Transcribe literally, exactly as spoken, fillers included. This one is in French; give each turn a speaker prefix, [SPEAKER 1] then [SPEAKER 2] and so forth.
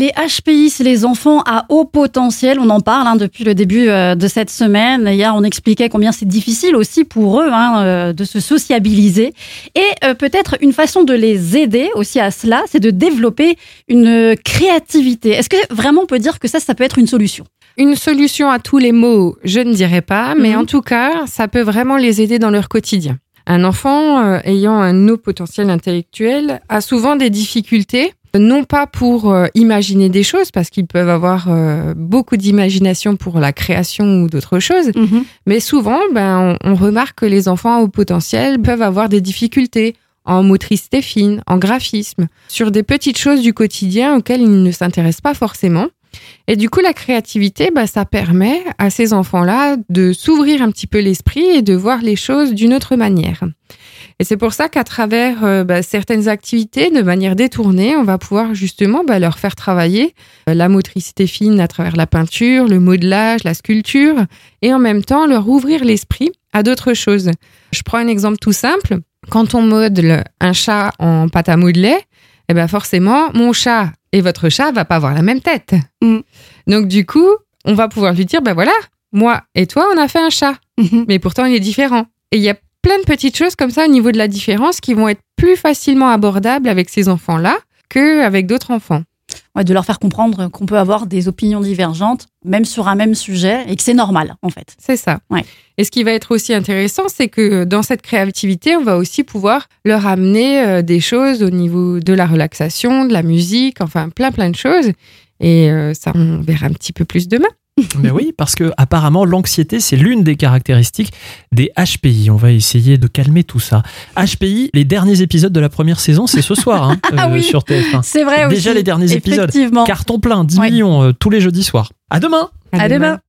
[SPEAKER 1] Les H P I, c'est les enfants à haut potentiel. On en parle hein, depuis le début euh, de cette semaine. Hier, on expliquait combien c'est difficile aussi pour eux hein, euh, de se sociabiliser. Et euh, peut-être une façon de les aider aussi à cela, c'est de développer une créativité. Est-ce que vraiment on peut dire que ça, ça peut être une solution ?
[SPEAKER 2] Une solution à tous les maux, je ne dirais pas, mais mmh. en tout cas, ça peut vraiment les aider dans leur quotidien. Un enfant euh, ayant un haut potentiel intellectuel a souvent des difficultés, non pas pour euh, imaginer des choses, parce qu'ils peuvent avoir euh, beaucoup d'imagination pour la création ou d'autres choses, mmh. mais souvent, ben, on, on remarque que les enfants à haut potentiel peuvent avoir des difficultés en motricité fine, en graphisme, sur des petites choses du quotidien auxquelles ils ne s'intéressent pas forcément. Et du coup, la créativité, bah, ça permet à ces enfants-là de s'ouvrir un petit peu l'esprit et de voir les choses d'une autre manière. Et c'est pour ça qu'à travers euh, bah, certaines activités, de manière détournée, on va pouvoir justement bah, leur faire travailler euh, la motricité fine à travers la peinture, le modelage, la sculpture, et en même temps leur ouvrir l'esprit à d'autres choses. Je prends un exemple tout simple. Quand on modèle un chat en pâte à modeler, eh ben forcément, mon chat et votre chat va pas avoir la même tête. Mm. Donc du coup, on va pouvoir lui dire, ben voilà, moi et toi, on a fait un chat, mm-hmm. mais pourtant il est différent. Et il y a plein de petites choses comme ça au niveau de la différence qui vont être plus facilement abordables avec ces enfants-là qu'avec d'autres enfants.
[SPEAKER 1] Ouais, de leur faire comprendre qu'on peut avoir des opinions divergentes, même sur un même sujet, et que c'est normal, en fait.
[SPEAKER 2] C'est ça.
[SPEAKER 1] Ouais.
[SPEAKER 2] Et ce qui va être aussi intéressant, c'est que dans cette créativité, on va aussi pouvoir leur amener des choses au niveau de la relaxation, de la musique, enfin plein plein de choses. Et ça, on verra un petit peu plus demain.
[SPEAKER 3] Mais oui, parce que apparemment l'anxiété, c'est l'une des caractéristiques des H P I. On va essayer de calmer tout ça. H P I, les derniers épisodes de la première saison, c'est ce soir hein,
[SPEAKER 1] ah
[SPEAKER 3] euh,
[SPEAKER 1] oui,
[SPEAKER 3] sur T F un.
[SPEAKER 1] C'est vrai
[SPEAKER 3] Déjà
[SPEAKER 1] aussi,
[SPEAKER 3] les derniers épisodes. Carton plein, dix
[SPEAKER 1] ouais.
[SPEAKER 3] millions euh, tous les jeudis soirs. À demain.
[SPEAKER 1] À, à demain. demain.